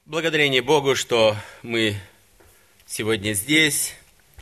Благодарение Богу, что мы сегодня здесь.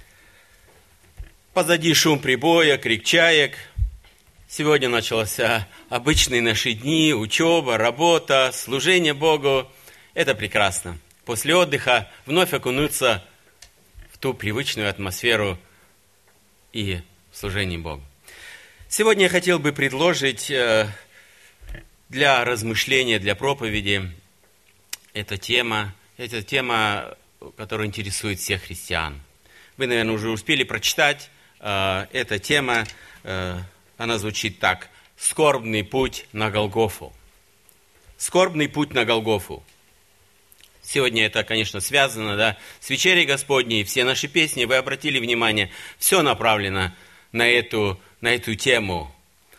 Позади шум прибоя, крик чаек. Сегодня начался обычные наши дни, учеба, работа, служение Богу. Это прекрасно. После отдыха вновь окунуться в ту привычную атмосферу и служение Богу. Сегодня я хотел бы предложить для размышления, для проповеди эта тема, которая интересует всех христиан. Вы, наверное, уже успели прочитать. Эта тема, она звучит так: «Скорбный путь на Голгофу». Скорбный путь на Голгофу. Сегодня это, конечно, связано, с вечерей Господней. Все наши песни, вы обратили внимание, все направлено на эту тему.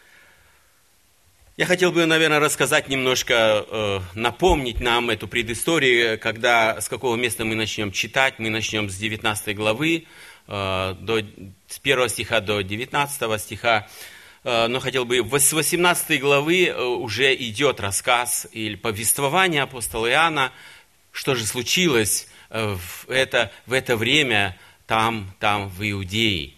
Я хотел бы, наверное, рассказать немножко, напомнить нам эту предысторию, с какого места мы начнем читать. Мы начнем с 19 главы, с 1 стиха до 19 стиха. Но хотел бы, с 18 главы уже идет рассказ или повествование апостола Иоанна, что же случилось в это время там, в Иудее.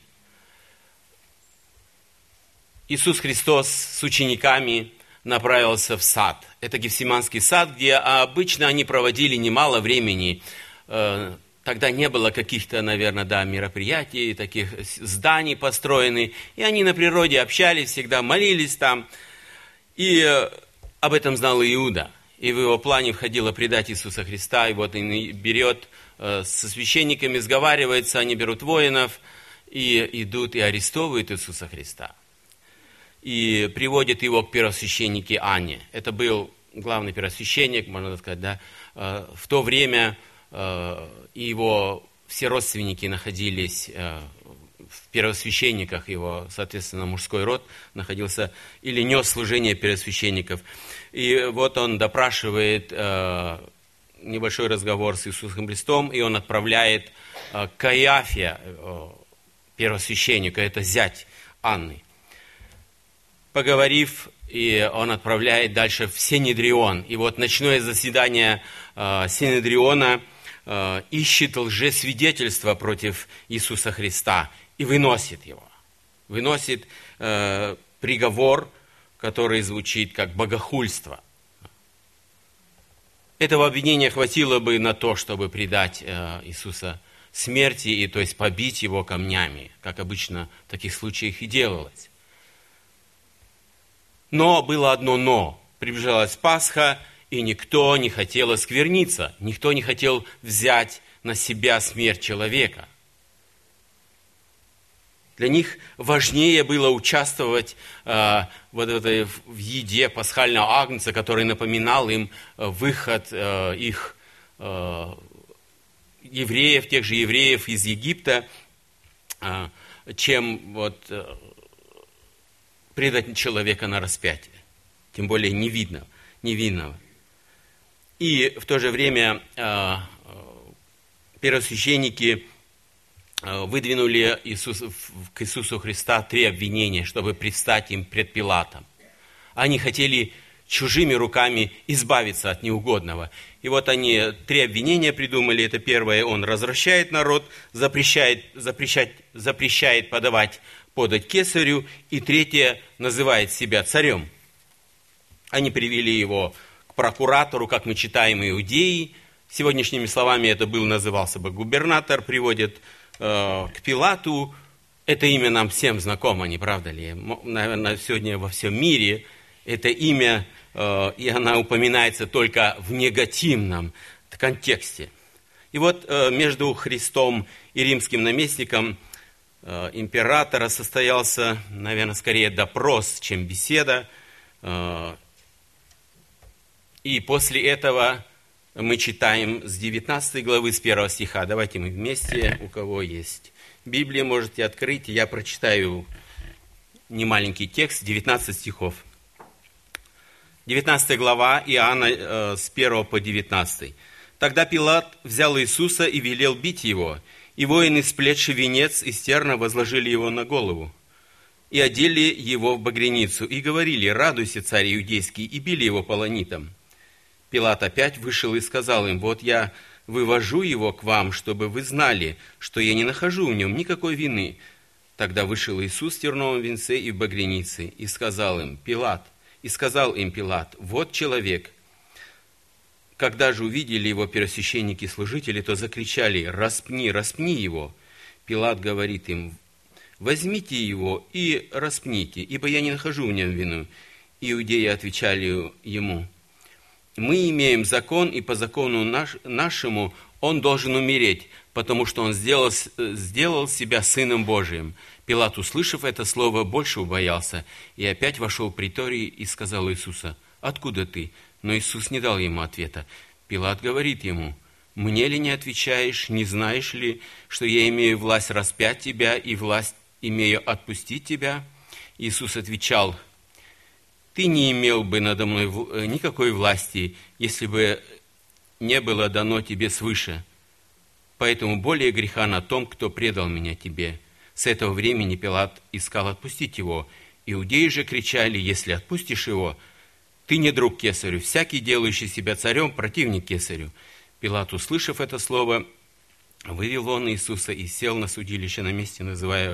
Иисус Христос с учениками направился в сад. Это Гефсиманский сад, где обычно они проводили немало времени. Тогда не было каких-то, наверное, мероприятий, таких зданий построенных. И они на природе общались, всегда молились там. И об этом знал Иуда. И в его плане входило предать Иисуса Христа. И вот он берет со священниками, сговаривается, они берут воинов и идут и арестовывают Иисуса Христа. И приводит его к первосвященнике Анне. Это был главный первосвященник, можно сказать, В то время его все родственники находились в первосвященниках, его, соответственно, мужской род находился или нес служение первосвященников. И вот он допрашивает небольшой разговор с Иисусом Христом, и он отправляет Каиафе, первосвященника, это зять Анны. Поговорив, и он отправляет дальше в Синедрион. И вот ночное заседание Синедриона ищет лжесвидетельство против Иисуса Христа и выносит его. Выносит приговор, который звучит как богохульство. Этого обвинения хватило бы на то, чтобы предать Иисуса смерти, и то есть побить его камнями, как обычно в таких случаях и делалось. Но было одно «но». Приближалась Пасха, и никто не хотел оскверниться, никто не хотел взять на себя смерть человека. Для них важнее было участвовать в еде пасхального агнца, который напоминал им выход их евреев, тех же евреев из Египта, чем предать человека на распятие, тем более невинного. И в то же время первосвященники выдвинули к Иисусу Христа 3 обвинения, чтобы предстать им пред Пилатом. Они хотели чужими руками избавиться от неугодного. И вот они 3 обвинения придумали. Это первое: он развращает народ, запрещает подать кесарю, и третье, называет себя царем. Они привели его к прокуратору, как мы читаем, Иудеи. Сегодняшними словами назывался бы губернатор, приводят к Пилату. Это имя нам всем знакомо, не правда ли? Наверное, сегодня во всем мире это имя, и она упоминается только в негативном контексте. И вот между Христом и римским наместником императора состоялся, наверное, скорее допрос, чем беседа. И после этого мы читаем с 19 главы, с 1 стиха. Давайте мы вместе, у кого есть Библия, можете открыть. Я прочитаю немаленький текст, 19 стихов. 19 глава Иоанна с 1 по 19. «Тогда Пилат взял Иисуса и велел бить его. И воины, сплетши венец из терна, возложили его на голову. И одели его в багряницу, и говорили: радуйся, царь иудейский, и били его полонитом. Пилат опять вышел и сказал им: вот я вывожу его к вам, чтобы вы знали, что я не нахожу в нем никакой вины. Тогда вышел Иисус в терновом венце и в багрянице, и сказал им Пилат, вот человек. Когда же увидели его первосвященники и служители, то закричали: распни, распни его. Пилат говорит им: возьмите его и распните, ибо я не нахожу в нем вину. Иудеи отвечали ему: мы имеем закон, и по закону нашему он должен умереть, потому что он сделал себя Сыном Божиим. Пилат, услышав это слово, больше убоялся, и опять вошел в приторий и сказал Иисуса: откуда ты? Но Иисус не дал ему ответа. Пилат говорит ему: мне ли не отвечаешь, не знаешь ли, что я имею власть распять тебя и власть имею отпустить тебя? Иисус отвечал: ты не имел бы надо мной никакой власти, если бы не было дано тебе свыше. Поэтому более греха на том, кто предал меня тебе. С этого времени Пилат искал отпустить его. Иудеи же кричали: если отпустишь его, ты не друг кесарю, всякий, делающий себя царем, противник кесарю. Пилат, услышав это слово, вывел вон Иисуса и сел на судилище на месте, называя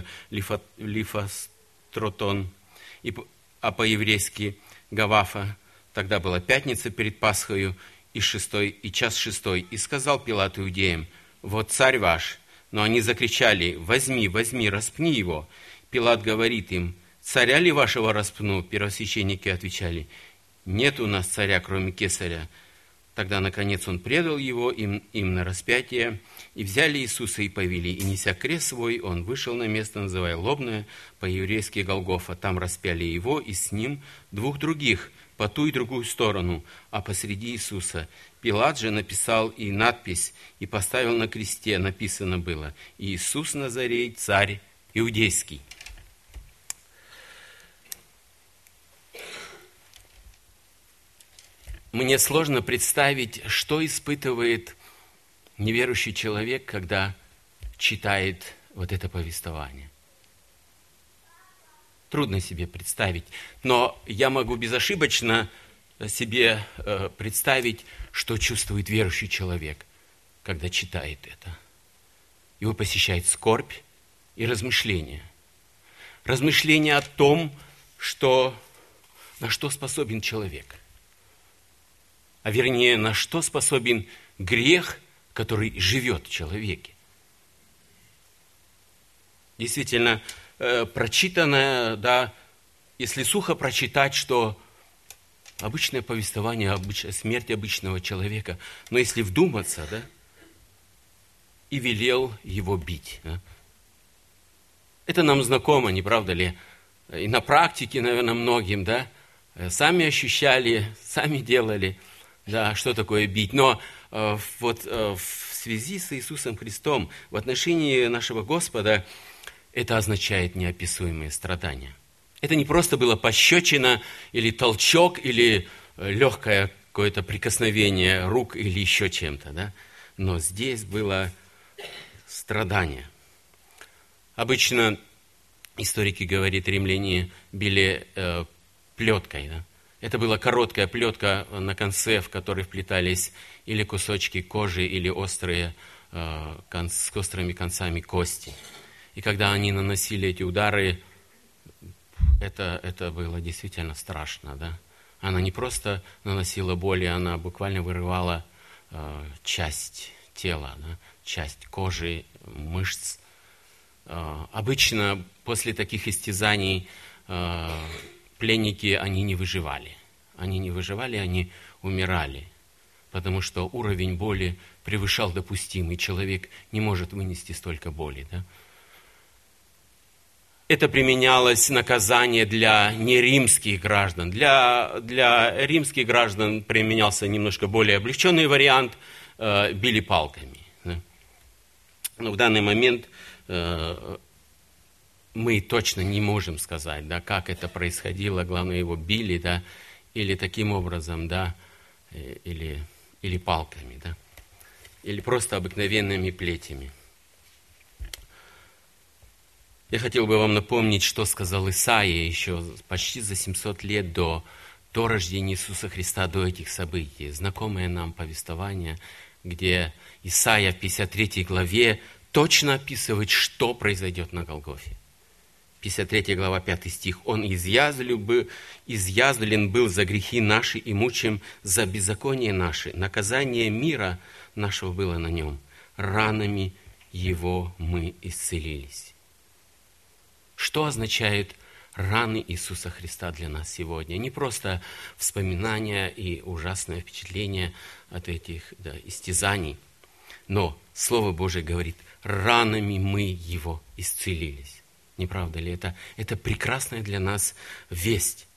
Лифостротон, а по-еврейски Гавафа. Тогда была пятница перед Пасхою, и час шестой. И сказал Пилат иудеям: вот царь ваш. Но они закричали: возьми, возьми, распни его. Пилат говорит им: царя ли вашего распну? Первосвященники отвечали: нет у нас царя, кроме кесаря. Тогда, наконец, он предал его им на распятие, и взяли Иисуса и повели. И, неся крест свой, он вышел на место, называя Лобное, по-еврейски Голгофа. Там распяли его, и с ним двух других, по ту и другую сторону, а посреди Иисуса. Пилат же написал и надпись, и поставил на кресте, написано было: Иисус Назарей, царь иудейский. Мне сложно представить, что испытывает неверующий человек, когда читает вот это повествование. Трудно себе представить, но я могу безошибочно себе представить, что чувствует верующий человек, когда читает это. Его посещает скорбь и размышления. Размышления о том, на что способен человек. А вернее, на что способен грех, который живет в человеке. Действительно, прочитанное, да, если сухо прочитать, что обычное повествование о смерти обычного человека, но если вдуматься, да, и велел его бить. Да. Это нам знакомо, не правда ли? И на практике, наверное, многим, да, сами ощущали, сами делали. Да, что такое бить? Но в связи с Иисусом Христом, в отношении нашего Господа, это означает неописуемые страдания. Это не просто было пощечина, или толчок, или легкое какое-то прикосновение рук, или еще чем-то, да? Но здесь было страдание. Обычно историки говорят, римляне били плеткой, да? Это была короткая плетка на конце, в которой вплетались или кусочки кожи, или острые, с острыми концами кости. И когда они наносили эти удары, это было действительно страшно. Да? Она не просто наносила боли, она буквально вырывала часть тела, да? Часть кожи, мышц. Обычно после таких истязаний пленники, они не выживали. Они умирали, потому что уровень боли превышал допустимый. Человек не может вынести столько боли. Да? Это применялось наказание для неримских граждан. Для римских граждан применялся немножко более облегченный вариант, били палками. Да? Но в данный момент мы точно не можем сказать, да, как это происходило, главное, его били, да, или таким образом, да, или палками, да, или просто обыкновенными плетями. Я хотел бы вам напомнить, что сказал Исаия еще почти за 700 лет до до рождения Иисуса Христа, до этих событий. Знакомое нам повествование, где Исаия в 53 главе точно описывает, что произойдет на Голгофе. 53 глава, 5 стих. «Он изъязвлен был за грехи наши и мучим за беззаконие наши. Наказание мира нашего было на нем. Ранами его мы исцелились». Что означает раны Иисуса Христа для нас сегодня? Не просто вспоминания и ужасное впечатление от этих истязаний, но Слово Божие говорит, ранами мы его исцелились. Не правда ли это? Это прекрасная для нас весть.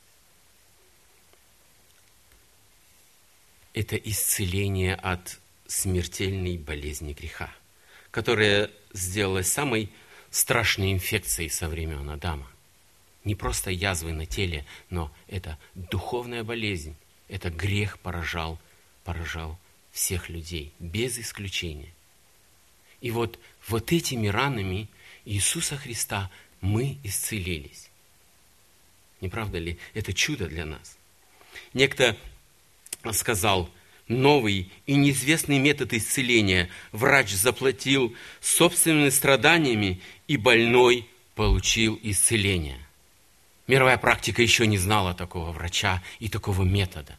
Это исцеление от смертельной болезни греха, которая сделалась самой страшной инфекцией со времен Адама. Не просто язвы на теле, но это духовная болезнь. Это грех поражал всех людей, без исключения. И вот этими ранами Иисуса Христа мы исцелились. Не правда ли? Это чудо для нас. Некто сказал, новый и неизвестный метод исцеления врач заплатил собственными страданиями, и больной получил исцеление. Мировая практика еще не знала такого врача и такого метода.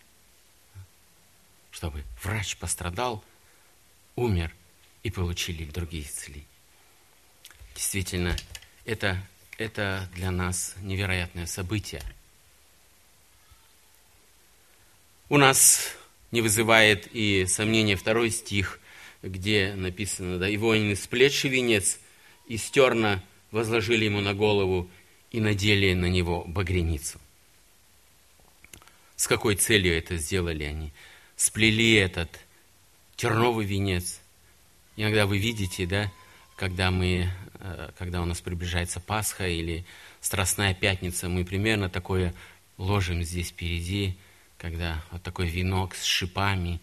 Чтобы врач пострадал, умер, и получили другие исцеления. Действительно, это для нас невероятное событие. У нас не вызывает и сомнения 2 стих, где написано, и воины сплетший венец из терна возложили ему на голову и надели на него багряницу. С какой целью это сделали они? Сплели этот терновый венец. Иногда вы видите, когда у нас приближается Пасха или Страстная Пятница, мы примерно такое ложим здесь впереди, когда вот такой венок с шипами,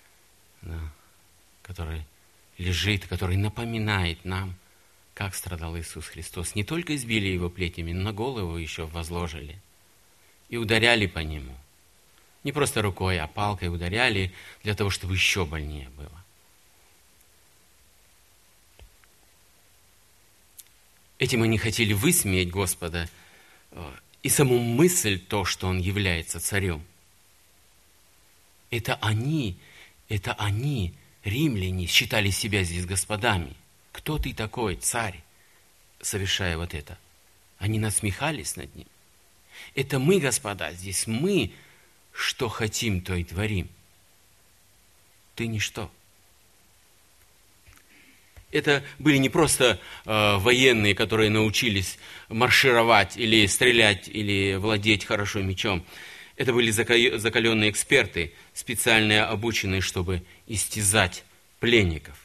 который лежит, который напоминает нам, как страдал Иисус Христос. Не только избили его плетями, но на голову еще возложили и ударяли по нему. Не просто рукой, а палкой ударяли для того, чтобы еще больнее было. Этим они хотели высмеять Господа и саму мысль то, что Он является царем. Это они, римляне, считали себя здесь господами. Кто ты такой, царь, совершая вот это? Они насмехались над ним. Это мы, господа, здесь мы, что хотим, то и творим. Ты ничто. Это были не просто военные, которые научились маршировать или стрелять, или владеть хорошо мечом. Это были закаленные эксперты, специально обученные, чтобы истязать пленников.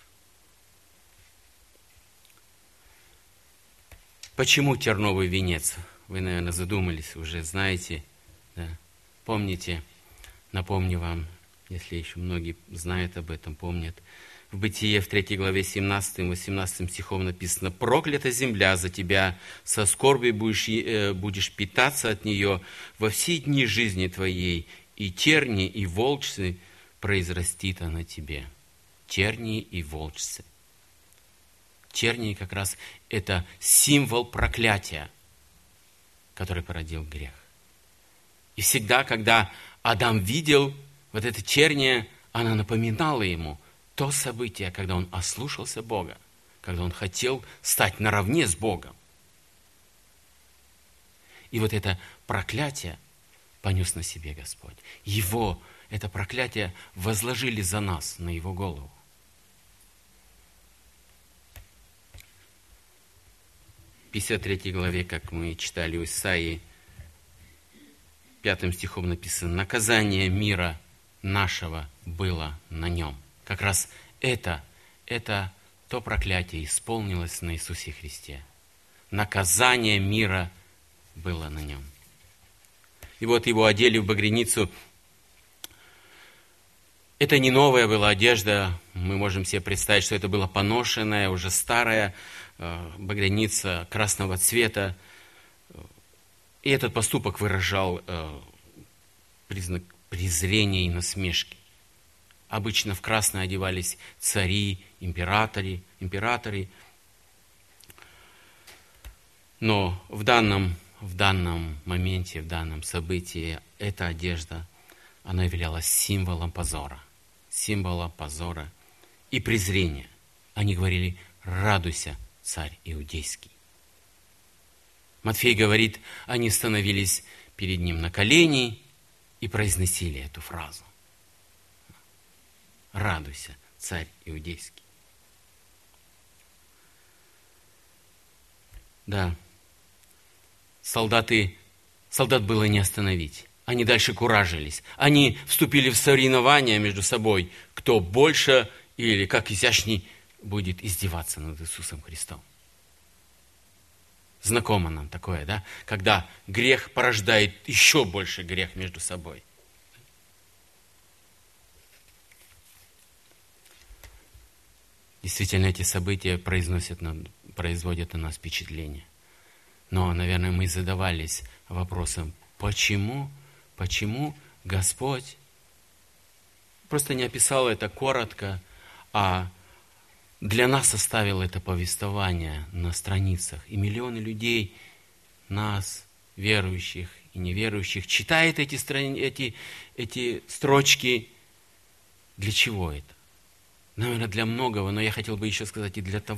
Почему терновый венец? Вы, наверное, задумались, уже знаете. Да? Помните, напомню вам, если еще многие знают об этом, помнят. В Бытие, в 3 главе 17-18 стихом написано: «Проклята земля за тебя, со скорбью будешь питаться от нее во все дни жизни твоей, и терни, и волчцы произрастит она тебе». Тернии и волчцы. Тернии как раз это символ проклятия, который породил грех. И всегда, когда Адам видел вот это терние, она напоминала ему то событие, когда он ослушался Бога, когда он хотел стать наравне с Богом. И вот это проклятие понес на себе Господь. Его, это проклятие, возложили за нас на Его голову. В 53 главе, как мы читали у Исаии, 5 стихом написано: «Наказание мира нашего было на нем». Как раз это то проклятие исполнилось на Иисусе Христе. Наказание мира было на нем. И вот его одели в багряницу. Это не новая была одежда. Мы можем себе представить, что это была поношенная, уже старая багряница красного цвета. И этот поступок выражал признак презрения и насмешки. Обычно в красное одевались цари, императоры. Но в данном моменте, в данном событии эта одежда, она являлась символом позора и презрения. Они говорили: радуйся, царь иудейский. Матфей говорит, они становились перед ним на колени и произносили эту фразу: радуйся, царь иудейский. Да, солдат было не остановить. Они дальше куражились. Они вступили в соревнования между собой, кто больше или как изящней будет издеваться над Иисусом Христом. Знакомо нам такое, да? Когда грех порождает еще больше грех между собой. Действительно, эти события производят на нас впечатление. Но, наверное, мы задавались вопросом, почему Господь просто не описал это коротко, а для нас оставил это повествование на страницах. И миллионы людей, нас, верующих и неверующих, читает эти строчки. Для чего это? Наверное, для многого, но я хотел бы еще сказать и для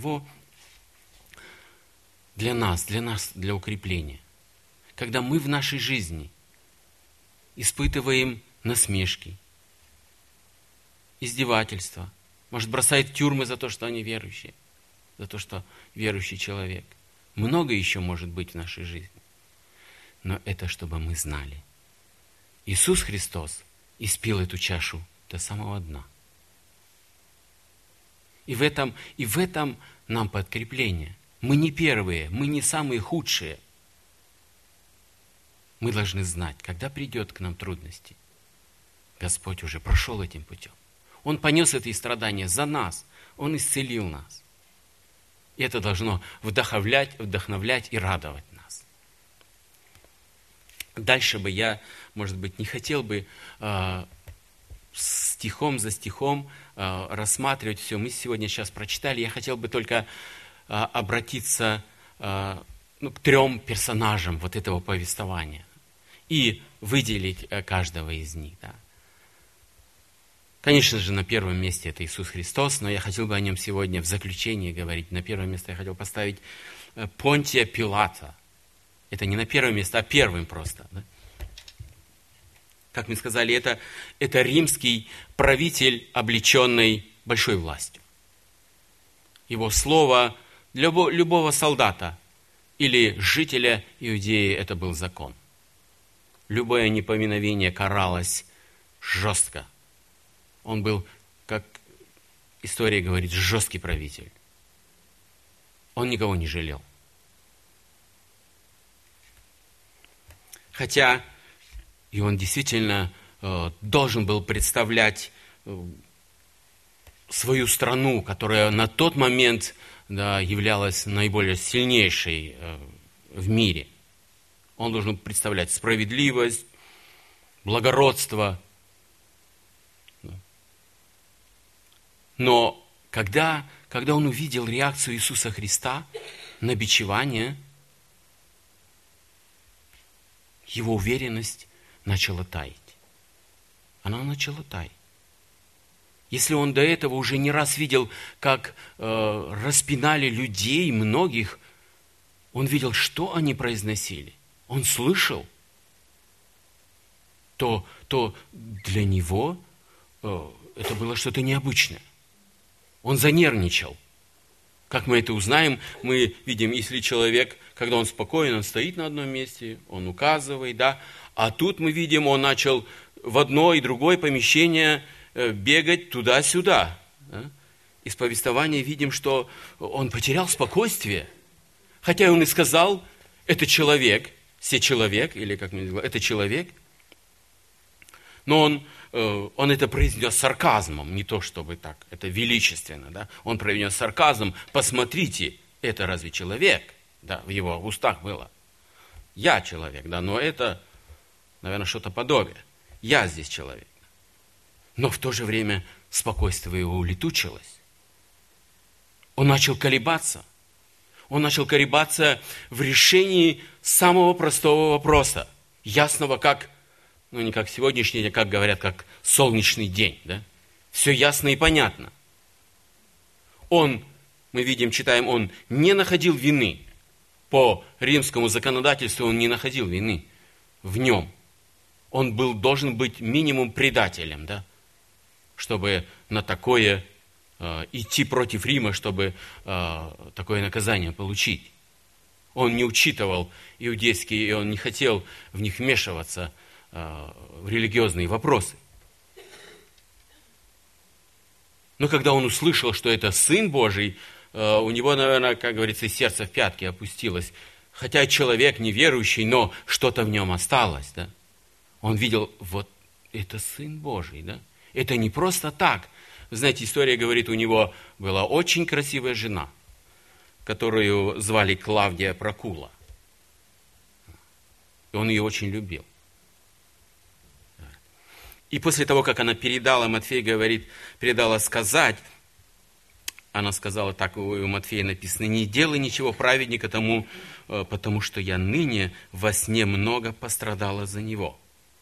нас, для укрепления. Когда мы в нашей жизни испытываем насмешки, издевательства, может, бросает в тюрьмы за то, что они верующие, за то, что верующий человек. Много еще может быть в нашей жизни. Но это чтобы мы знали. Иисус Христос испил эту чашу до самого дна. И в этом нам подкрепление. Мы не первые, мы не самые худшие. Мы должны знать, когда придет к нам трудности, Господь уже прошел этим путем. Он понес эти страдания за нас. Он исцелил нас. И это должно вдохновлять и радовать нас. Дальше бы я, может быть, не хотел бы стихом за стихом рассматривать все. Мы сейчас прочитали. Я хотел бы только обратиться к 3 персонажам вот этого повествования и выделить каждого из них. Да. Конечно же, на первом месте это Иисус Христос, но я хотел бы о нем сегодня в заключении говорить. На первое место я хотел поставить Понтия Пилата. Это не на первое место, а первым просто. Да? Как мы сказали, это римский правитель, облеченный большой властью. Его слово для любого солдата или жителя Иудеи это был закон. Любое неповиновение каралось жестко. Он был, как история говорит, жесткий правитель. Он никого не жалел. Хотя и он действительно должен был представлять свою страну, которая на тот момент являлась наиболее сильнейшей в мире. Он должен представлять справедливость, благородство. Но когда он увидел реакцию Иисуса Христа на бичевание, его уверенность начала таять. Она начала таять. Если он до этого уже не раз видел, как распинали людей, многих, он видел, что они произносили. Он слышал, то для него это было что-то необычное. Он занервничал. Как мы это узнаем, мы видим, если человек, когда он спокоен, он стоит на одном месте, он указывает, да, а тут мы видим, он начал в одно и другое помещение бегать туда-сюда. Да? Из повествования видим, что он потерял спокойствие. Хотя он и сказал, это человек, или как мы говорим, это человек. Но он это произнес сарказмом, не то чтобы так, это величественно. Да? Он произнес сарказм, посмотрите, это разве человек? Да, в его устах было. Я человек, да, но это, наверное, что-то подобие. я здесь человек. Но в то же время спокойствие его улетучилось. Он начал колебаться. Он начал колебаться в решении самого простого вопроса. Ясного, как, не как сегодняшний день, как говорят, как солнечный день. Да? Все ясно и понятно. Он, мы видим, читаем, он не находил вины. По римскому законодательству он не находил вины в нем. Он должен быть минимум предателем, да? Чтобы на такое идти против Рима, чтобы такое наказание получить. Он не учитывал иудейские, и он не хотел в них вмешиваться в религиозные вопросы. Но когда он услышал, что это Сын Божий, у него, наверное, как говорится, сердце в пятки опустилось. Хотя человек неверующий, но что-то в нем осталось. Да? Он видел, вот это Сын Божий. Да? Это не просто так. Вы знаете, история говорит, у него была очень красивая жена, которую звали Клавдия Прокула. И он ее очень любил. И после того, как она передала, Матфей говорит, передала сказать, она сказала, так у Матфея написано, не делай ничего праведника тому, потому что я ныне во сне много пострадала за него.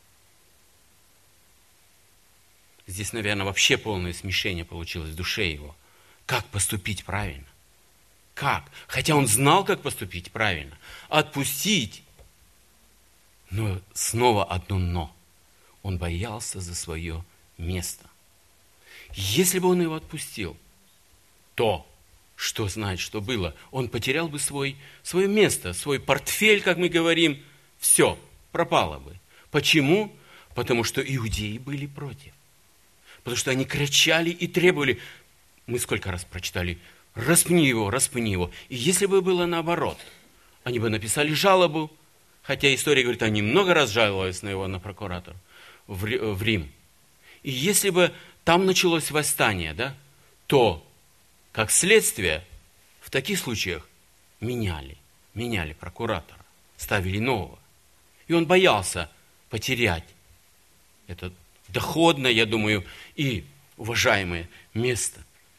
Здесь, наверное, вообще полное смешение получилось в душе его. Как поступить правильно? Как? Хотя он знал, как поступить правильно. Отпустить. Но снова одно «но». Он боялся за свое место. Если бы он его отпустил, то, что знает, что было, он потерял бы свое место, свой портфель, как мы говорим, все, пропало бы. Почему? Потому что иудеи были против. Потому что они кричали и требовали, мы сколько раз прочитали, распни его, распни его. И если бы было наоборот, они бы написали жалобу, хотя история говорит, они много раз жаловались на его, на прокуратора, в Рим. И если бы там началось восстание, да, то, как следствие, в таких случаях меняли прокуратора, ставили нового. И он боялся потерять это доходное, я думаю, и уважаемое место.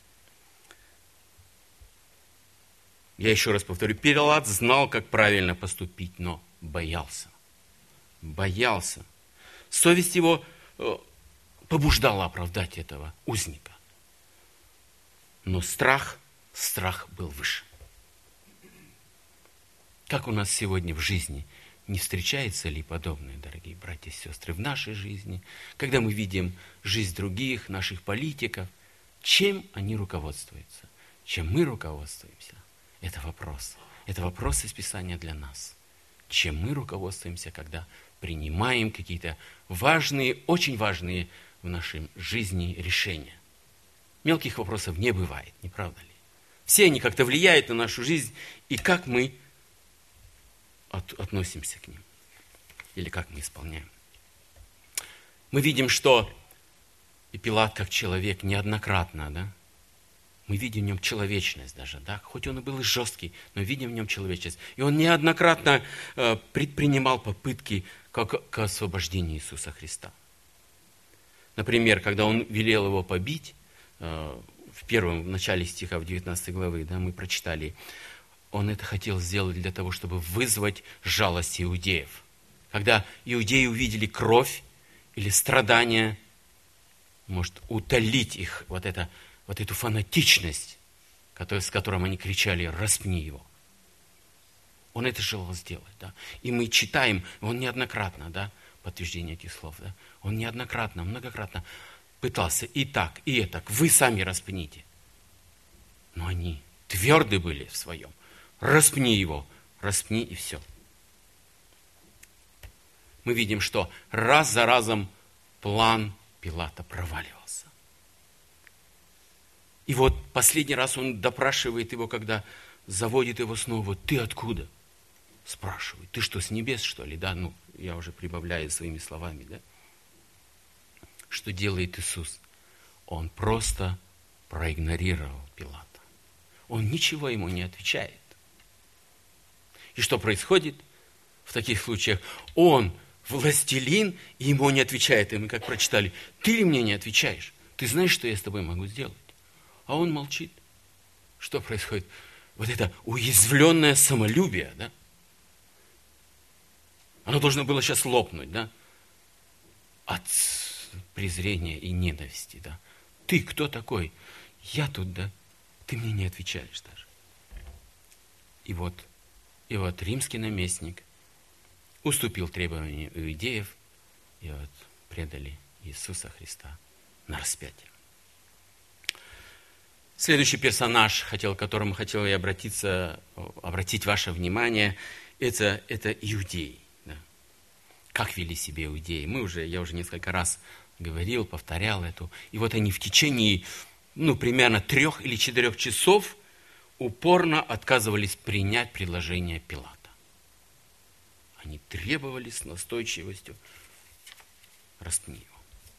Я еще раз повторю, Пилат знал, как правильно поступить, но боялся. Боялся. Совесть его побуждала оправдать этого узника. Но страх был выше. Как у нас сегодня в жизни, не встречается ли подобное, дорогие братья и сестры, в нашей жизни, когда мы видим жизнь других, наших политиков, чем они руководствуются, чем мы руководствуемся? Это вопрос. Это вопрос из Писания для нас. Чем мы руководствуемся, когда принимаем какие-то важные, очень важные в нашей жизни решения. Мелких вопросов не бывает, не правда ли? Все они как-то влияют на нашу жизнь, и как мы относимся к ним, или как мы исполняем. Мы видим, что и Пилат, как человек, неоднократно, да, мы видим в нем человечность даже, да, хоть он и был жесткий, но видим в нем человечность. И он неоднократно предпринимал попытки к освобождению Иисуса Христа. Например, когда он велел его побить, в начале стиха, в 19 главы, да, мы прочитали, он это хотел сделать для того, чтобы вызвать жалость иудеев. Когда иудеи увидели кровь или страдания, может утолить их вот эту фанатичность, с которой они кричали «распни его». Он это желал сделать. Да? И мы читаем, он неоднократно, да, подтверждение этих слов, да? Он неоднократно, многократно пытался и так, и этак, вы сами распните. Но они тверды были в своем. Распни его, распни и все. Мы видим, что раз за разом план Пилата проваливался. И вот последний раз он допрашивает его, когда заводит его снова. Ты откуда? Спрашивает. Ты что, с небес, что ли? Да, я уже прибавляю своими словами, да? Что делает Иисус? Он просто проигнорировал Пилата. Он ничего ему не отвечает. И что происходит в таких случаях? Он властелин, и ему не отвечает. И мы как прочитали, ты ли мне не отвечаешь? Ты знаешь, что я с тобой могу сделать? А он молчит. Что происходит? Вот это уязвленное самолюбие, да? Оно должно было сейчас лопнуть, да? От презрения и ненависти, да? Ты кто такой? Я тут, да? Ты мне не отвечаешь даже. И вот римский наместник уступил требованиям иудеев, и вот предали Иисуса Христа на распятие. Следующий персонаж, к которому хотел я обратить ваше внимание, это иудеи. Да. Как вели себя иудеи? Я уже несколько раз говорил, повторял эту. И вот они в течение, примерно 3 или 4 часов упорно отказывались принять предложение Пилата. Они требовали с настойчивостью: распни его.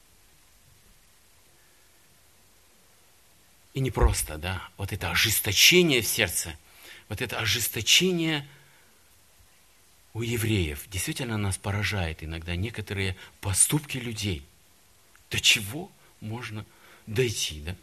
И не просто, да, вот это ожесточение в сердце, вот это ожесточение у евреев действительно нас поражает иногда некоторые поступки людей. До чего можно дойти, да?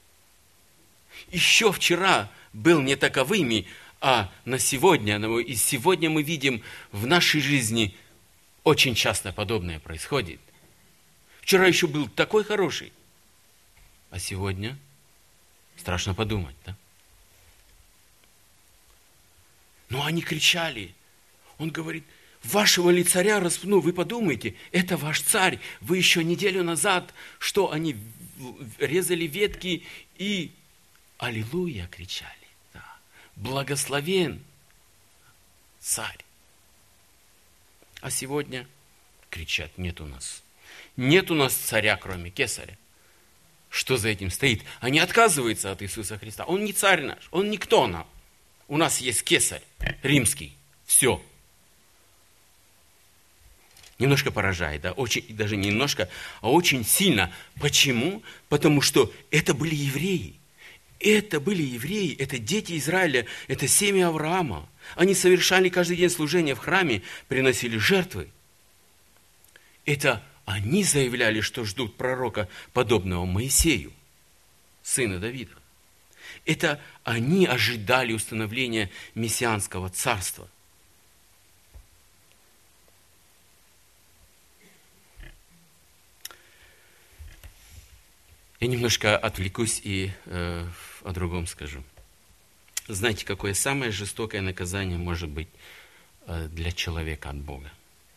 Еще вчера был не таковыми, а на сегодня, и сегодня мы видим в нашей жизни очень часто подобное происходит. Вчера еще был такой хороший, а сегодня страшно подумать, да? Но они кричали. Он говорит: вашего ли царя распну? Вы подумайте, это ваш царь. Вы еще неделю назад, что они резали ветки и аллилуйя кричали. Да. Благословен царь. А сегодня кричат: нет у нас. Нет у нас царя, кроме кесаря. Что за этим стоит? Они отказываются от Иисуса Христа. Он не царь наш, он никто нам. У нас есть кесарь римский. Все. Немножко поражает, да? Очень, даже не немножко, а очень сильно. Почему? Потому что это были евреи. Это были евреи, это дети Израиля, это семя Авраама. Они совершали каждый день служение в храме, приносили жертвы. Это они заявляли, что ждут пророка, подобного Моисею, сына Давида. Это они ожидали установления мессианского царства. Я немножко отвлекусь и о другом скажу. Знаете, какое самое жестокое наказание может быть для человека от Бога?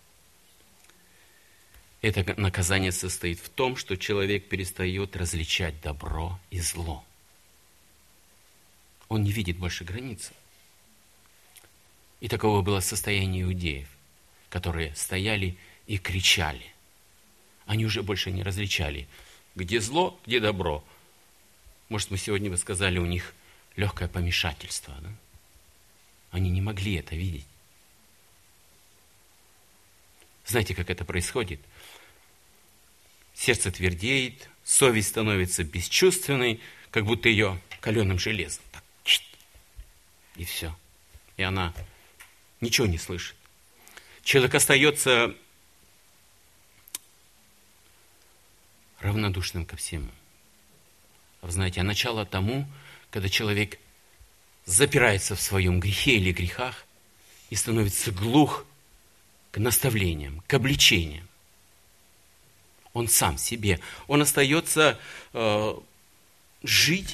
Это наказание состоит в том, что человек перестает различать добро и зло. Он не видит больше границы. И таково было состояние иудеев, которые стояли и кричали. Они уже больше не различали, где зло, где добро. Может, мы сегодня бы сказали, у них легкое помешательство. Да? Они не могли это видеть. Знаете, как это происходит? Сердце твердеет, совесть становится бесчувственной, как будто ее каленым железом. Так, и все. И она ничего не слышит. Человек остается равнодушным ко всему. Вы знаете, а начало тому, когда человек запирается в своем грехе или грехах и становится глух к наставлениям, к обличениям. Он сам себе. Он остается жить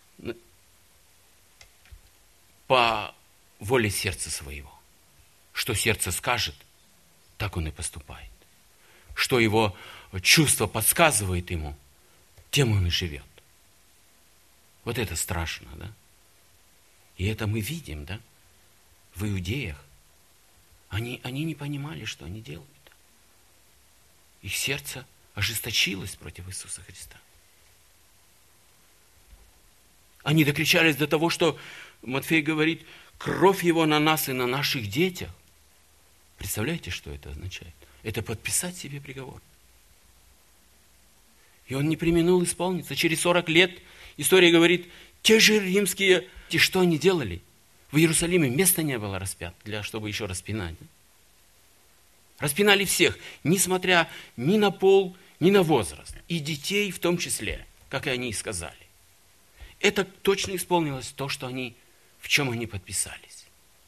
по воле сердца своего. Что сердце скажет, так он и поступает. Что его чувство подсказывает ему, тем он и живет. Вот это страшно, да? И это мы видим, да? В иудеях. Они не понимали, что они делают. Их сердце ожесточилось против Иисуса Христа. Они докричались до того, что Матфей говорит: кровь его на нас и на наших детях. Представляете, что это означает? Это подписать себе приговор. И он не преминул исполниться. Через 40 лет история говорит, те же римские, что они делали? В Иерусалиме места не было распят, чтобы еще распинать. Распинали всех, несмотря ни на пол, ни на возраст. И детей в том числе, как и они и сказали. Это точно исполнилось то, в чем они подписались.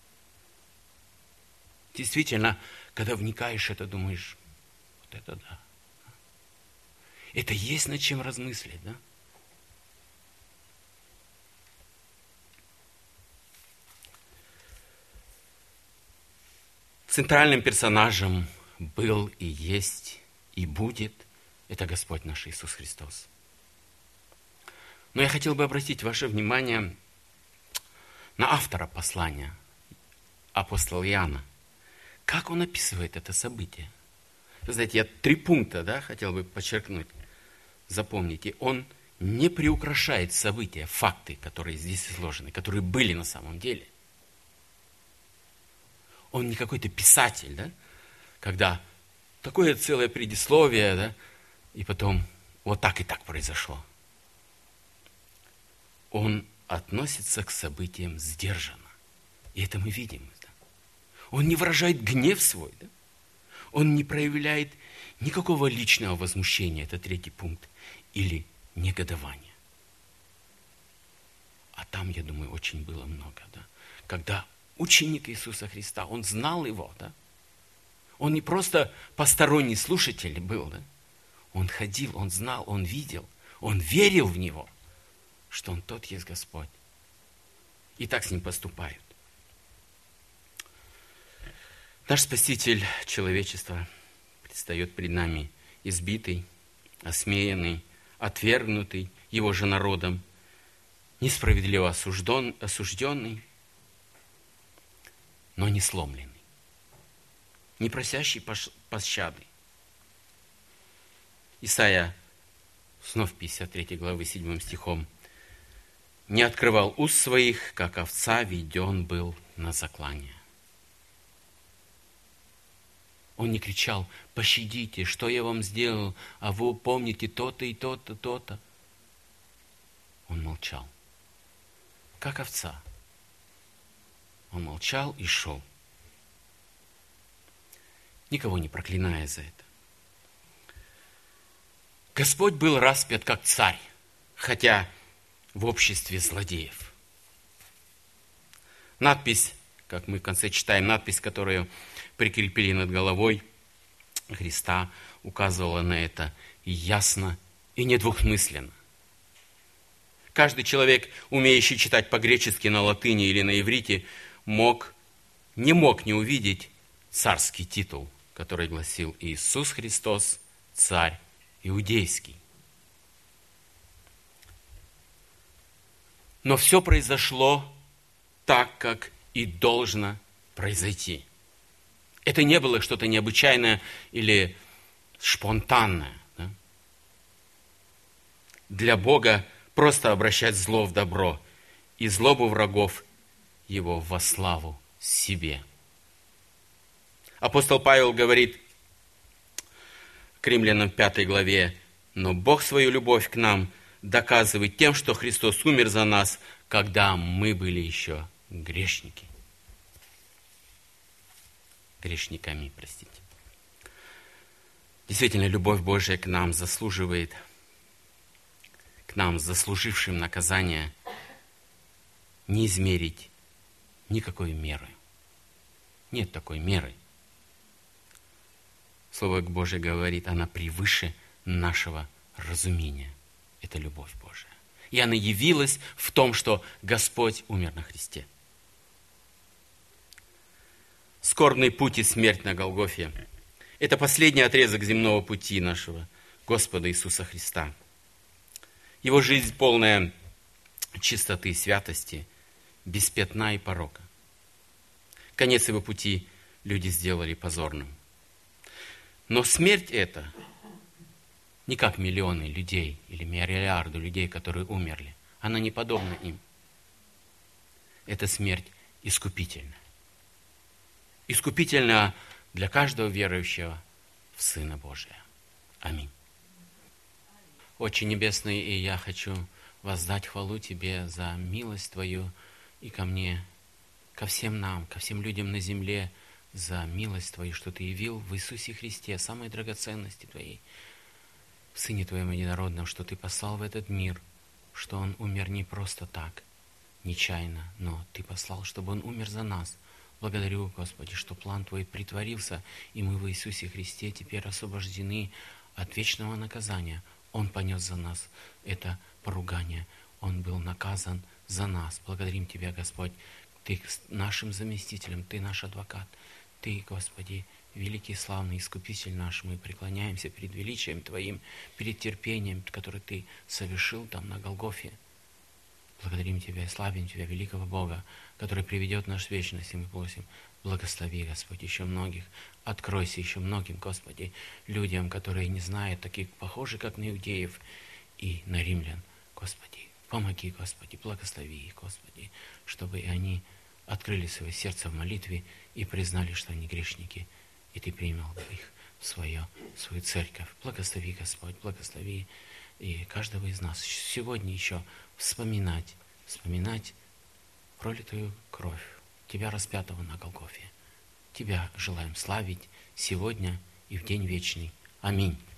Действительно, когда вникаешь в это, думаешь, вот это да. Это есть над чем размыслить, да? Центральным персонажем был и есть, и будет это Господь наш Иисус Христос. Но я хотел бы обратить ваше внимание на автора послания, апостола Иоанна. Как он описывает это событие? Вы знаете, я 3 пункта, хотел бы подчеркнуть. Запомните, он не приукрашает события, факты, которые здесь изложены, которые были на самом деле. Он не какой-то писатель, когда такое целое предисловие, и потом вот так и так произошло. Он относится к событиям сдержанно. И это мы видим. Он не выражает гнев свой. Он не проявляет никакого личного возмущения, это 3 пункт, или негодования. А там, я думаю, очень было много. Когда ученик Иисуса Христа, он знал его. Он не просто посторонний слушатель был. Он ходил, он знал, он видел, он верил в него, что он тот есть Господь. И так с ним поступают. Наш Спаситель человечества предстает пред нами избитый, осмеянный, отвергнутый его же народом, несправедливо осужденный, но не сломленный, не просящий пощады. Исайя, снова 53 главы 7 стихом, «Не открывал уст своих, как овца веден был на заклание». Он не кричал: «Пощадите, что я вам сделал, а вы помните то-то и то-то, то-то». Он молчал, как овца. Он молчал и шел, никого не проклиная за это. Господь был распят как царь, хотя в обществе злодеев. Надпись, как мы в конце читаем, надпись, которую прикрепили над головой Христа, указывала на это ясно и недвусмысленно. Каждый человек, умеющий читать по-гречески, на латыни или на иврите, не мог не увидеть царский титул, который гласил: «Иисус Христос, царь иудейский». Но все произошло так, как и должно произойти. Это не было что-то необычайное или спонтанное. Для Бога просто обращать зло в добро и злобу врагов его во славу себе. Апостол Павел говорит к Римлянам 5 главе: «Но Бог свою любовь к нам доказывает тем, что Христос умер за нас, когда мы были еще грешниками». Действительно, любовь Божия к нам заслуживает, к нам, заслужившим наказание, не измерить никакой меры. Нет такой меры. Слово Божие говорит, она превыше нашего разумения. Это любовь Божия. И она явилась в том, что Господь умер на Христе. Скорбный путь и смерть на Голгофе – это последний отрезок земного пути нашего Господа Иисуса Христа. Его жизнь полная чистоты и святости, без пятна и порока. Конец его пути люди сделали позорным. Но смерть эта не как миллионы людей или миллиарды людей, которые умерли. Она не подобна им. Это смерть искупительная. Искупительная для каждого верующего в Сына Божия. Аминь. Отче Небесный, и я хочу воздать хвалу Тебе за милость Твою и ко мне, ко всем нам, ко всем людям на земле, за милость Твою, что Ты явил в Иисусе Христе самые драгоценности Твоей, в Сыне Твоем единородном, что Ты послал в этот мир, что Он умер не просто так, нечаянно, но Ты послал, чтобы Он умер за нас. Благодарю, Господи, что план Твой притворился, и мы в Иисусе Христе теперь освобождены от вечного наказания. Он понес за нас это поругание, Он был наказан за нас. Благодарим Тебя, Господь, Ты нашим заместителем, Ты наш адвокат, Ты, Господи, великий, славный Искупитель наш. Мы преклоняемся перед величием Твоим, перед терпением, которое Ты совершил там на Голгофе. Благодарим Тебя и славим Тебя, великого Бога, который приведет нас в вечность, и мы просим, благослови, Господь, еще многих, откройся еще многим, Господи, людям, которые не знают, таких похожих, как на иудеев и на римлян, Господи. Помоги, Господи, благослови их, Господи, чтобы и они открыли свое сердце в молитве и признали, что они грешники, и Ты принял их в свою церковь. Благослови, Господь, благослови и каждого из нас сегодня еще вспоминать пролитую кровь Тебя, распятого на Голгофе. Тебя желаем славить сегодня и в день вечный. Аминь.